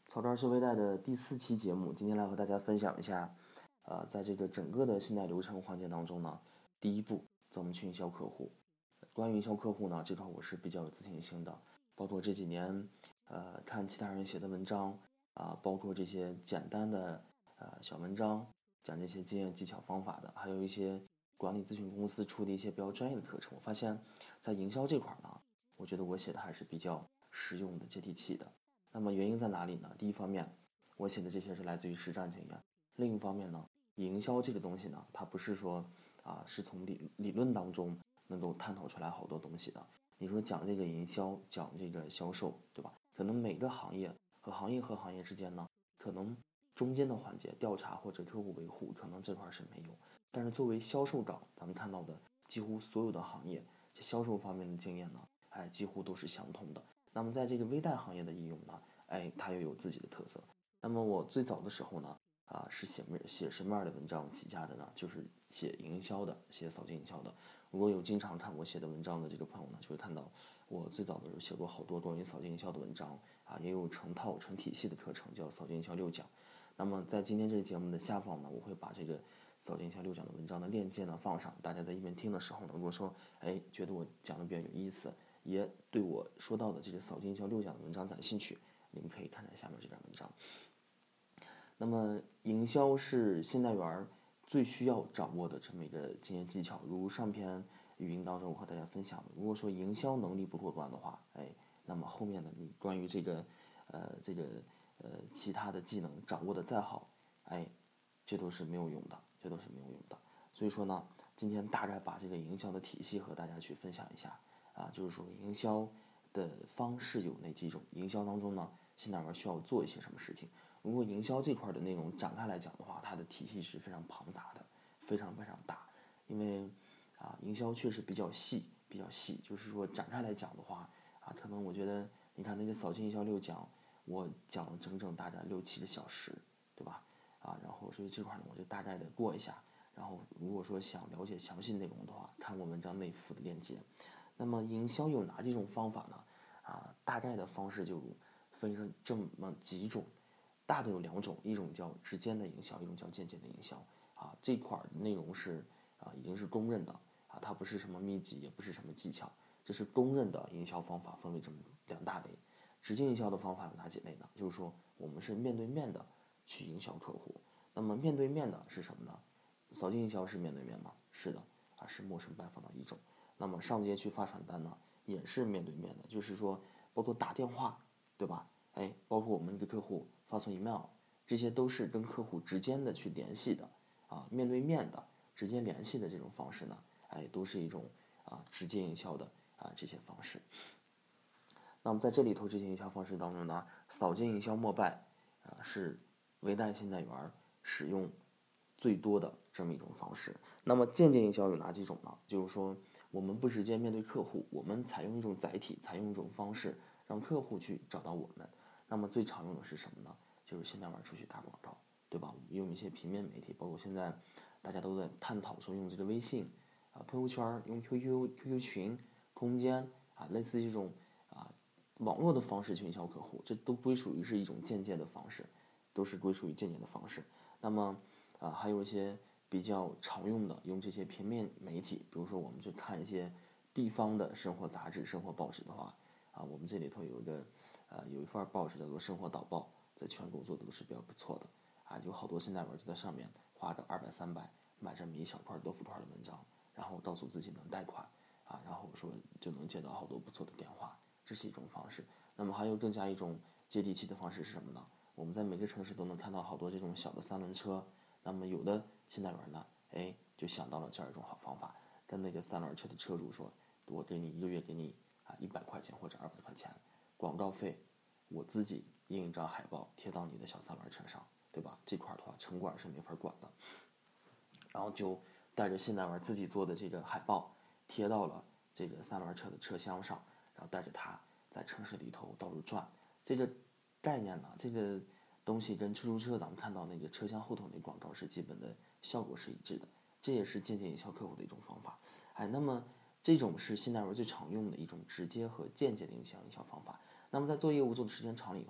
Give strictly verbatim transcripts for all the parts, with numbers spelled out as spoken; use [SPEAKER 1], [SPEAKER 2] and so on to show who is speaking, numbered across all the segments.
[SPEAKER 1] 草招是微贷的第四期节目，今天来和大家分享一下，呃，在这个整个的信贷流程环节当中呢，第一步怎么去营销客户。关于营销客户呢，这块我是比较有自信心的，包括这几年，呃，看其他人写的文章啊、包括这些简单的呃小文章，讲这些经验技巧方法的，还有一些管理咨询公司出的一些比较专业的课程，我发现，在营销这块呢，我觉得我写的还是比较实用的、接地气的。那么原因在哪里呢？第一方面，我写的这些是来自于实战经验；另一方面呢，营销这个东西呢，它不是说啊是从理理论当中能够探讨出来好多东西的。你说讲这个营销，讲这个销售，对吧？可能每个行业和行业和行业之间呢，可能中间的环节调查或者客户维护，可能这块是没有。但是作为销售岗，咱们看到的几乎所有的行业，这销售方面的经验呢，哎，几乎都是相通的。那么在这个微贷行业的应用呢，哎，它又有自己的特色。那么我最早的时候呢，啊，是写写什么样的文章起家的呢？就是写营销的，写扫街营销的。如果有经常看我写的文章的这个朋友呢，就会看到我最早的时候写过好多关于扫街营销的文章啊，也有成套成体系的课程，叫扫街营销六讲。那么在今天这个节目的下方呢，我会把这个扫街营销六讲的文章的链接呢放上，大家在一边听的时候呢，如果说哎觉得我讲的比较有意思，也对我说到的这个扫街营销六讲的文章感兴趣，你们可以看看下面这篇文章。那么营销是信贷员最需要掌握的这么一个经验技巧，如上篇语音当中我和大家分享的，如果说营销能力不过关的话，哎，那么后面的你关于这个呃这个呃其他的技能掌握的再好，哎，这都是没有用的，这都是没有用的。所以说呢，今天大概把这个营销的体系和大家去分享一下啊，就是说营销的方式有哪几种？营销当中呢，信贷员需要做一些什么事情？如果营销这块的内容展开来讲的话，它的体系是非常庞杂的，非常非常大。因为啊，营销确实比较细，比较细，就是说展开来讲的话啊，可能我觉得你看那个扫街营销六讲，我讲了整整大概六七个小时，对吧？啊，然后所以这块呢，我就大概的过一下。然后如果说想了解详细内容的话，看我文章内附的链接。那么营销有哪几种方法呢？啊，大概的方式就分成这么几种，大的有两种，一种叫直接的营销，一种叫间接的营销。啊，这块内容是啊已经是公认的啊，它不是什么秘籍，也不是什么技巧，这是公认的营销方法，分为这么两大类。直接营销的方法有哪几类呢？就是说我们是面对面的去营销客户。那么面对面的是什么呢？扫街营销是面对面吗？是的，啊是陌生拜访的一种。那么上街去发传单呢，也是面对面的，就是说包括打电话，对吧？哎，包括我们给客户发送 email，这些都是跟客户直接的去联系的啊，面对面的直接联系的这种方式呢，哎，都是一种啊直接营销的啊这些方式。那么在这里头这些营销方式当中呢，扫街营销末拜啊是微贷信贷员使用最多的这么一种方式。那么间接营销有哪几种呢？就是说我们不直接面对客户，我们采用一种载体，采用一种方式让客户去找到我们。那么最常用的是什么呢？就是信贷员出去打广告，对吧？用一些平面媒体，包括现在大家都在探讨说用这个微信啊、朋友圈、用 Q Q、Q Q 群、空间啊，类似这种啊网络的方式去营销客户，这都归属于是一种间接的方式，都是归属于间接的方式。那么啊，还有一些比较常用的，用这些平面媒体，比如说我们去看一些地方的生活杂志、生活报纸的话，啊，我们这里头有一个呃有一份报纸叫做《生活导报》，在全国做的都是比较不错的啊，有好多信贷员就在上面花个二百三百买这么一小块豆腐块的文章，然后告诉自己能贷款啊，然后说就能接到好多不错的电话，这是一种方式。那么还有更加一种接地气的方式是什么呢？我们在每个城市都能看到好多这种小的三轮车，那么有的信贷员呢，哎，就想到了这样一种好方法，跟那个三轮车的车主说，我给你一个月给你啊一百块钱或者二百块钱，广告费我自己印一张海报贴到你的小三轮车上，对吧？这块的话城管是没法管的，然后就带着信贷员自己做的这个海报贴到了这个三轮车的车厢上，然后带着它在城市里头到处转。这个概念呢，这个东西跟出租车咱们看到那个车厢后头那广告是基本的效果是一致的，这也是间接营销客户的一种方法。哎，那么这种是信贷员最常用的一种直接和间接的营销营销方法。那么在做业务做的时间长了以后呢，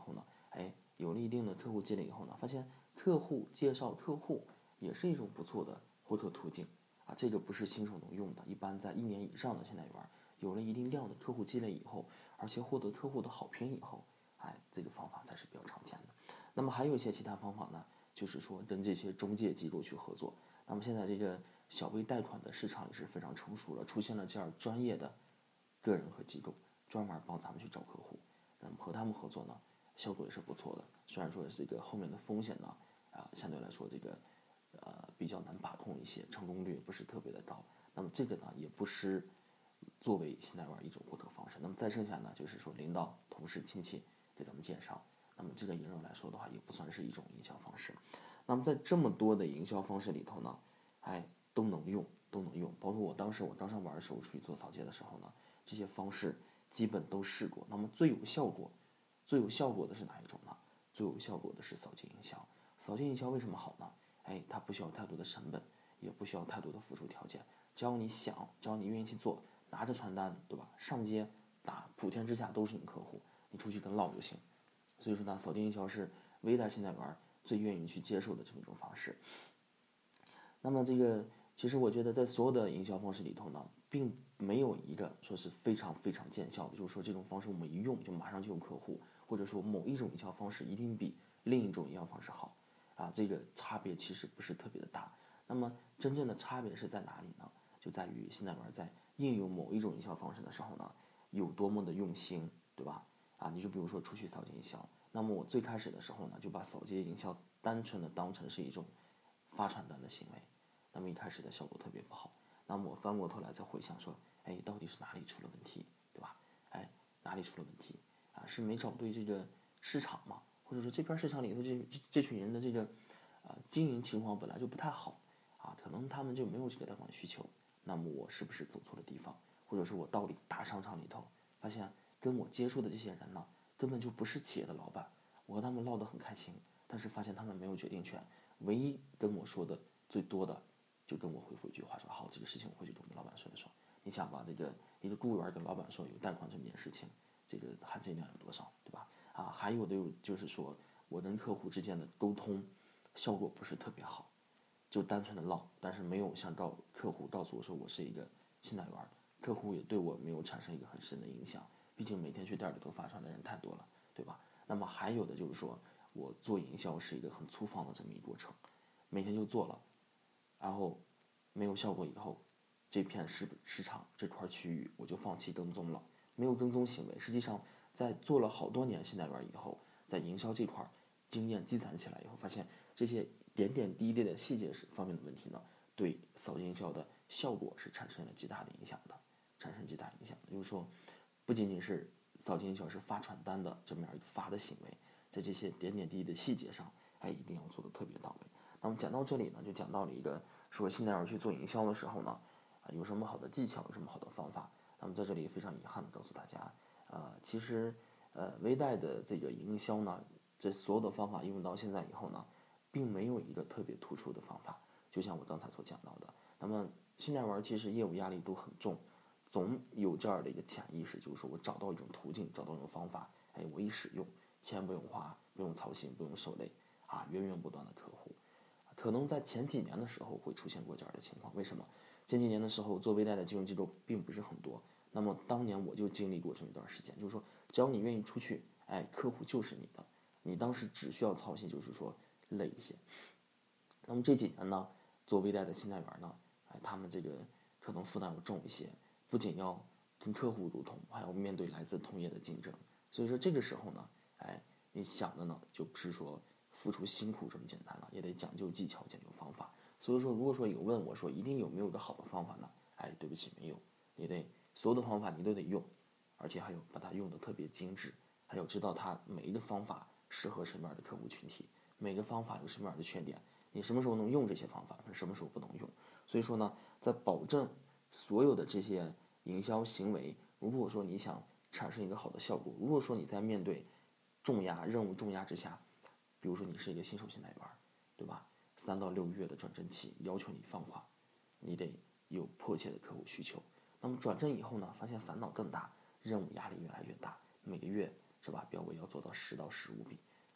[SPEAKER 1] 哎，有了一定的客户积累以后呢，发现客户介绍客户也是一种不错的获客途径啊。这个不是新手能用的，一般在一年以上的信贷员，有了一定量的客户积累以后，而且获得客户的好评以后，哎，这个方法才是比较常见的。那么还有一些其他方法呢，就是说跟这些中介机构去合作。那么现在这个小微贷款的市场也是非常成熟了，出现了这样专业的个人和机构，专门帮咱们去找客户。那么和他们合作呢，效果也是不错的。虽然说这个后面的风险呢，啊，相对来说这个呃比较难把控一些，成功率不是特别的高。那么这个呢，也不失作为信贷员一种获得方式。那么再剩下呢，就是说领导、同事、亲戚给咱们介绍。那么这个营收来说的话，也不算是一种营销方式。那么在这么多的营销方式里头呢，哎，都能用，都能用。包括我当时我刚上班的时候，出去做扫街的时候呢，这些方式基本都试过。那么最有效果、最有效果的是哪一种呢？最有效果的是扫街营销。扫街营销为什么好呢？哎，它不需要太多的成本，也不需要太多的附属条件，只要你想，只要你愿意去做，拿着传单，对吧？上街打，普天之下都是你客户，你出去跟唠就行。所以说呢，扫街营销是微贷信贷员最愿意去接受的这么一种方式。那么这个其实我觉得在所有的营销方式里头呢，并没有一个说是非常非常见效的，就是说这种方式我们一用就马上就有客户，或者说某一种营销方式一定比另一种营销方式好啊，这个差别其实不是特别的大。那么真正的差别是在哪里呢？就在于信贷员在应用某一种营销方式的时候呢，有多么的用心，对吧？啊，你就比如说出去扫街营销，那么我最开始的时候呢，就把扫街营销单纯的当成是一种发传单的行为，那么一开始的效果特别不好。那么我翻过头来再回想说，哎，到底是哪里出了问题，对吧？哎，哪里出了问题啊？是没找对这个市场吗？或者说这片市场里头这这这群人的这个呃经营情况本来就不太好啊，可能他们就没有这个贷款需求。那么我是不是走错了地方？或者说我到底大商场里头发现跟我接触的这些人呢，根本就不是企业的老板，我和他们唠得很开心，但是发现他们没有决定权，唯一跟我说的最多的，就跟我回复一句话说：“好，这个事情我回去跟我们老板说一说。”你想吧，这个一个雇员跟老板说有贷款这么件事情，这个含金量有多少，对吧？啊，还有的有就是说我跟客户之间的沟通效果不是特别好，就单纯的唠，但是没有像告客户告诉我说我是一个信贷员，客户也对我没有产生一个很深的影响，毕竟每天去店里头发传的人太多了，对吧？那么还有的就是说我做营销是一个很粗放的这么一个过程，每天就做了，然后没有效果以后，这片市市场这块区域我就放弃跟踪了，没有跟踪行为。实际上，在做了好多年信贷员以后，在营销这块经验积攒起来以后，发现这些点点滴滴的细节方面的问题呢，对扫街营销的效果是产生了极大的影响的，产生极大影响的。就是说，不仅仅是扫街营销是发传单的这么样一个发的行为，在这些点点滴滴的细节上，还一定要做得特别到位。那么讲到这里呢，就讲到了一个说信贷员去做营销的时候呢，啊有什么好的技巧，有什么好的方法。那么在这里非常遗憾的告诉大家，呃，其实呃微贷的这个营销呢，这所有的方法用到现在以后呢，并没有一个特别突出的方法。就像我刚才所讲到的，那么信贷员其实业务压力都很重，总有这样的一个潜意识，就是说我找到一种途径，找到一种方法，哎，我一使用，钱不用花，不用操心，不用受累，啊，源源不断的客户。可能在前几年的时候会出现过这样的情况，为什么？前几年的时候做微贷的金融机构并不是很多，那么当年我就经历过这么一段时间，就是说只要你愿意出去，哎，客户就是你的，你当时只需要操心，就是说累一些。那么这几年呢，做微贷的信贷员呢，哎，他们这个可能负担要重一些，不仅要跟客户沟通，还要面对来自同业的竞争。所以说这个时候呢，哎，你想的呢，就不是说付出辛苦这么简单了，也得讲究技巧，讲究方法。所以说，如果说有问我说一定有没有个好的方法呢？哎，对不起，没有，你得所有的方法你都得用，而且还有把它用的特别精致，还有知道它每一个方法适合什么样的客户群体，每个方法有什么样的缺点，你什么时候能用这些方法，什么时候不能用。所以说呢，在保证所有的这些营销行为，如果说你想产生一个好的效果，如果说你在面对重压任务重压之下，比如说你是一个新手信贷员，对吧？三到六个月的转正期，要求你放款，你得有迫切的客户需求。那么转正以后呢，发现烦恼更大，任务压力越来越大，每个月是吧，标尾要做到十到十五笔，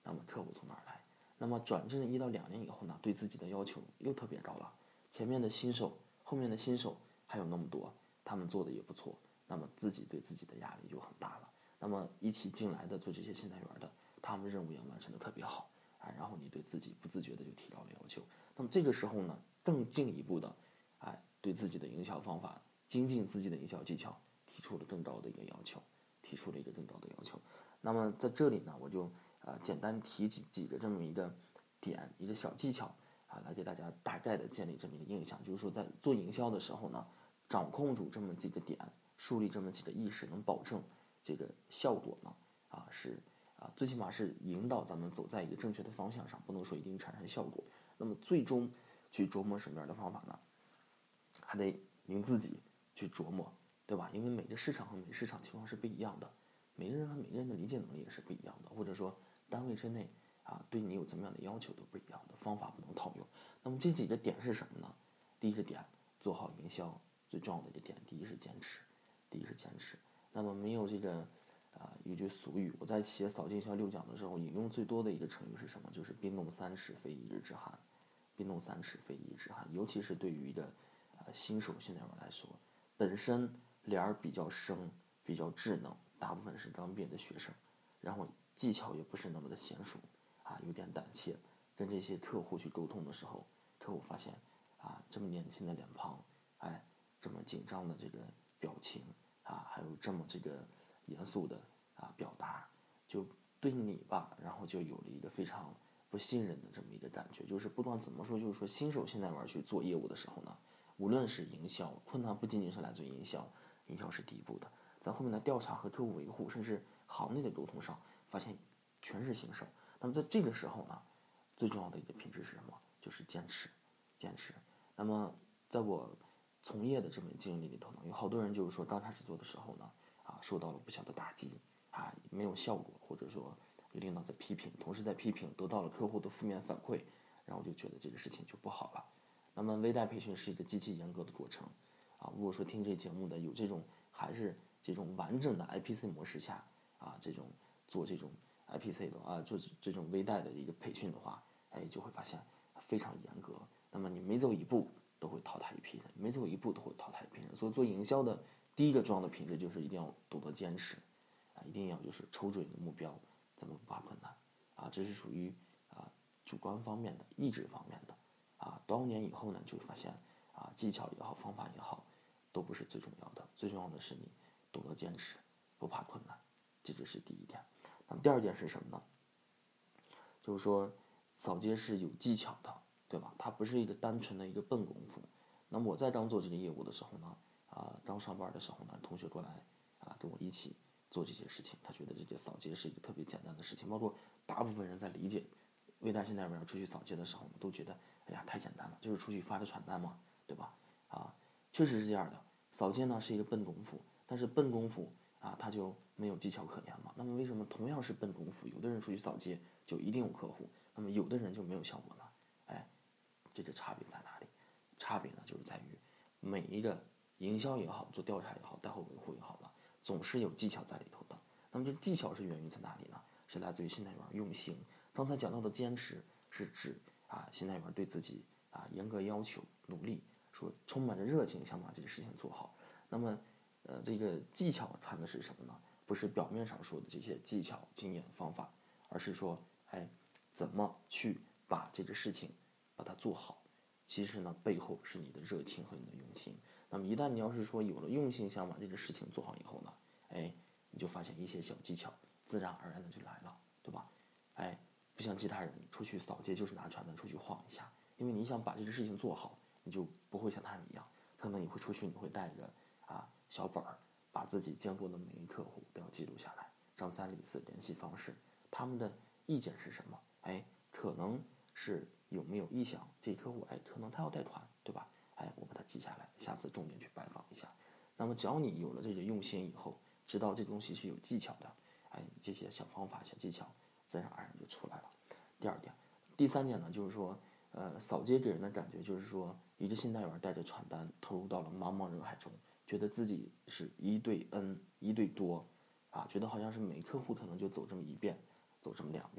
[SPEAKER 1] 那么客户从哪儿来？那么转正一到两年以后呢，对自己的要求又特别高了。前面的新手，后面的新手还有那么多，他们做的也不错，那么自己对自己的压力就很大了。那么一起进来的做这些信贷员的，他们任务也完成的特别好啊，然后你对自己不自觉的就提高了要求。那么这个时候呢，更进一步的，哎，对自己的营销方法、精进自己的营销技巧，提出了更高的一个要求，提出了一个更高的要求。那么在这里呢，我就呃简单提几几个这么一个点，一个小技巧啊，来给大家大概的建立这么一个印象，就是说在做营销的时候呢，掌控住这么几个点，树立这么几个意识，能保证这个效果呢啊是啊最起码是引导咱们走在一个正确的方向上，不能说一定产生效果。那么最终去琢磨什么样的方法呢？还得您自己去琢磨，对吧？因为每个市场和每个市场情况是不一样的，每个人和每个人的理解能力也是不一样的，或者说单位之内啊，对你有怎么样的要求都不一样的，方法不能套用。那么这几个点是什么呢？第一个点，做好营销最重要的一个点，第一是坚持，第一是坚持。那么没有这个啊，有句俗语，我在写扫经销六讲的时候引用最多的一个成语是什么？就是冰冻三尺非一日之寒。冰冻三尺非一日之寒，尤其是对于一个呃新手信贷员来说，本身脸儿比较生，比较稚嫩，大部分是刚毕业的学生，然后技巧也不是那么的娴熟啊，有点胆怯。跟这些客户去沟通的时候，客户发现啊，这么年轻的脸庞，哎，这么紧张的这个表情啊，还有这么这个严肃的啊表达，就对你吧，然后就有了一个非常不信任的这么一个感觉。就是不管怎么说，就是说新手信贷员去做业务的时候呢，无论是营销，困难不仅仅是来自于营销，营销是第一步的，在后面的调查和客户维护，甚至行内的沟通上，发现全是新手。那么在这个时候呢，最重要的一个品质是什么？就是坚持，坚持。那么在我从业的这么经历里头呢，有好多人就是说刚开始做的时候呢，啊，受到了不小的打击，啊，没有效果，或者说有领导在批评，同事在批评，得到了客户的负面反馈，然后就觉得这个事情就不好了。那么微贷培训是一个极其严格的过程，啊，如果说听这节目的有这种还是这种完整的 I P C 模式下啊，这种做这种 I P C 的啊，就是这种微贷的一个培训的话，哎，就会发现非常严格。那么你每走一步都会淘汰一批人，每走一步都会淘汰一批人。所以做营销的第一个重要的品质就是一定要懂得坚持，啊，一定要就是瞅准一个目标，怎么不怕困难，啊，这是属于啊主观方面的、意志方面的。啊，多少年以后呢，就会发现啊，技巧也好，方法也好，都不是最重要的，最重要的是你懂得坚持，不怕困难，这就是第一点。那么第二点是什么呢？就是说，扫街是有技巧的，对吧？它不是一个单纯的一个笨功夫。那么我在刚做这个业务的时候呢，啊，刚上班的时候呢，同学过来啊，跟我一起做这些事情，他觉得这个扫街是一个特别简单的事情，包括大部分人在理解微贷信贷员出去扫街的时候，都觉得，哎呀，太简单了，就是出去发个传单嘛，对吧？啊，确实是这样的，扫街呢是一个笨功夫，但是笨功夫啊，它就没有技巧可言嘛。那么为什么同样是笨功夫，有的人出去扫街就一定有客户，那么有的人就没有效果呢？哎，这个差别在哪里？差别呢，就是在于每一个营销也好，做调查也好，贷后维护也好呢，总是有技巧在里头的。那么这技巧是源于在哪里呢？是来自于信贷员用心。刚才讲到的坚持，是指啊，信贷员对自己啊严格要求、努力，说充满着热情，想把这个事情做好。那么，呃，这个技巧谈的是什么呢？不是表面上说的这些技巧、经验、方法，而是说，哎，怎么去把这个事情把它做好。其实呢，背后是你的热情和你的用心。那么一旦你要是说有了用心，想把这个事情做好以后呢，哎，你就发现一些小技巧自然而然的就来了，对吧？哎，不像其他人出去扫街就是拿传单出去晃一下，因为你想把这个事情做好，你就不会像他们一样，可能你会出去，你会带一个啊小本儿，把自己见过的每一客户都要记录下来，张三李四联系方式，他们的意见是什么？哎，可能是有没有意向，这客户哎，可能他要带团，对吧？哎，我把它记下来，下次重点去拜访一下。那么只要你有了这个用心以后，知道这个东西是有技巧的，哎，这些小方法、小技巧自然而然就出来了。第二点，第三点呢，就是说，呃，扫街给人的感觉就是说，一个信贷员带着传单投入到了茫茫人海中，觉得自己是一对 N 一对多，啊，觉得好像是每客户可能就走这么一遍，走这么两遍，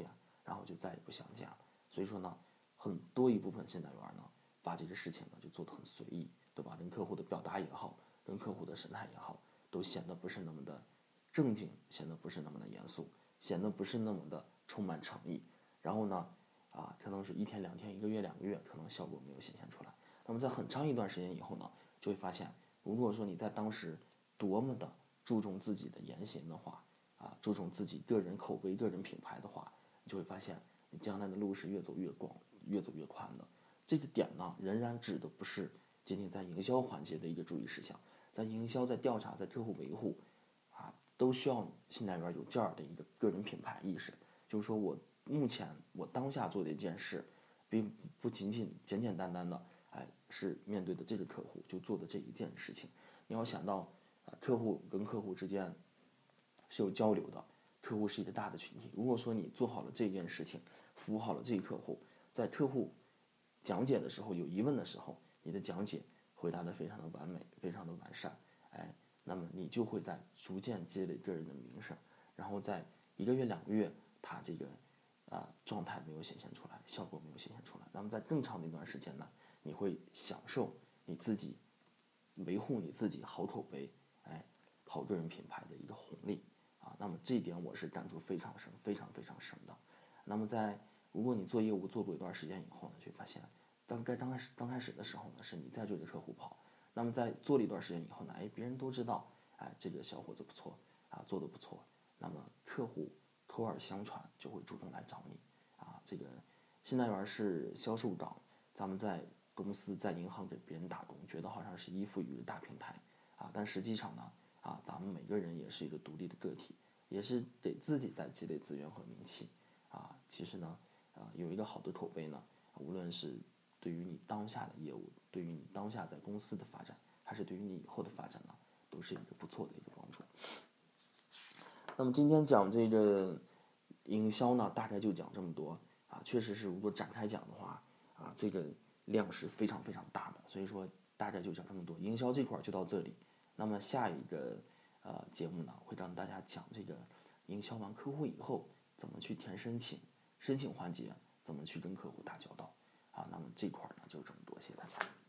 [SPEAKER 1] 然后就再也不想见了。所以说呢，很多一部分信贷员呢，把这个事情呢就做得很随意，对吧？跟客户的表达也好，跟客户的神态也好，都显得不是那么的正经，显得不是那么的严肃，显得不是那么的充满诚意。然后呢，啊，可能是一天两天、一个月两个月，可能效果没有显现出来。那么在很长一段时间以后呢，就会发现，如果说你在当时多么的注重自己的言行的话，啊，注重自己个人口碑、个人品牌的话，你就会发现你将来的路是越走越广、越走越宽的。这个点呢，仍然指的不是仅仅在营销环节的一个注意事项，在营销、在调查、在客户维护，啊，都需要信贷员有这样的一个个人品牌意识，就是说我目前我当下做的一件事，并不仅仅简简单单的，哎，是面对的这个客户就做的这一件事情。你要想到，啊，客户跟客户之间是有交流的，客户是一个大的群体。如果说你做好了这件事情，服务好了这个客户，在客户讲解的时候有疑问的时候，你的讲解回答的非常的完美，非常的完善，哎，那么你就会在逐渐积累个人的名声，然后在一个月两个月，他这个啊状态没有显现出来，效果没有显现出来，那么在更长的一段时间呢，你会享受你自己维护你自己好口碑，哎，好个人品牌的一个红利啊。那么这一点我是感触非常深，非常非常深的。那么在如果你做业务做过一段时间以后呢，就会发现，当该刚开始刚开始的时候呢，是你在追着客户跑。那么在做了一段时间以后呢，哎，别人都知道，哎，这个小伙子不错啊，做得不错。那么客户口耳相传，就会主动来找你啊。这个信贷员是销售岗，咱们在公司在银行给别人打工，觉得好像是依附于大平台啊，但实际上呢，啊，咱们每个人也是一个独立的个体，也是给自己在积累资源和名气啊。其实呢，啊，有一个好的口碑呢，无论是对于你当下的业务，对于你当下在公司的发展，还是对于你以后的发展呢，都是一个不错的一个帮助。那么今天讲这个营销呢，大概就讲这么多啊。确实是，如果展开讲的话啊，这个量是非常非常大的，所以说大概就讲这么多。营销这块就到这里。那么下一个呃节目呢，会让大家讲这个营销完客户以后怎么去填申请，申请环节怎么去跟客户打交道啊。那么这块呢就这么多，谢谢大家。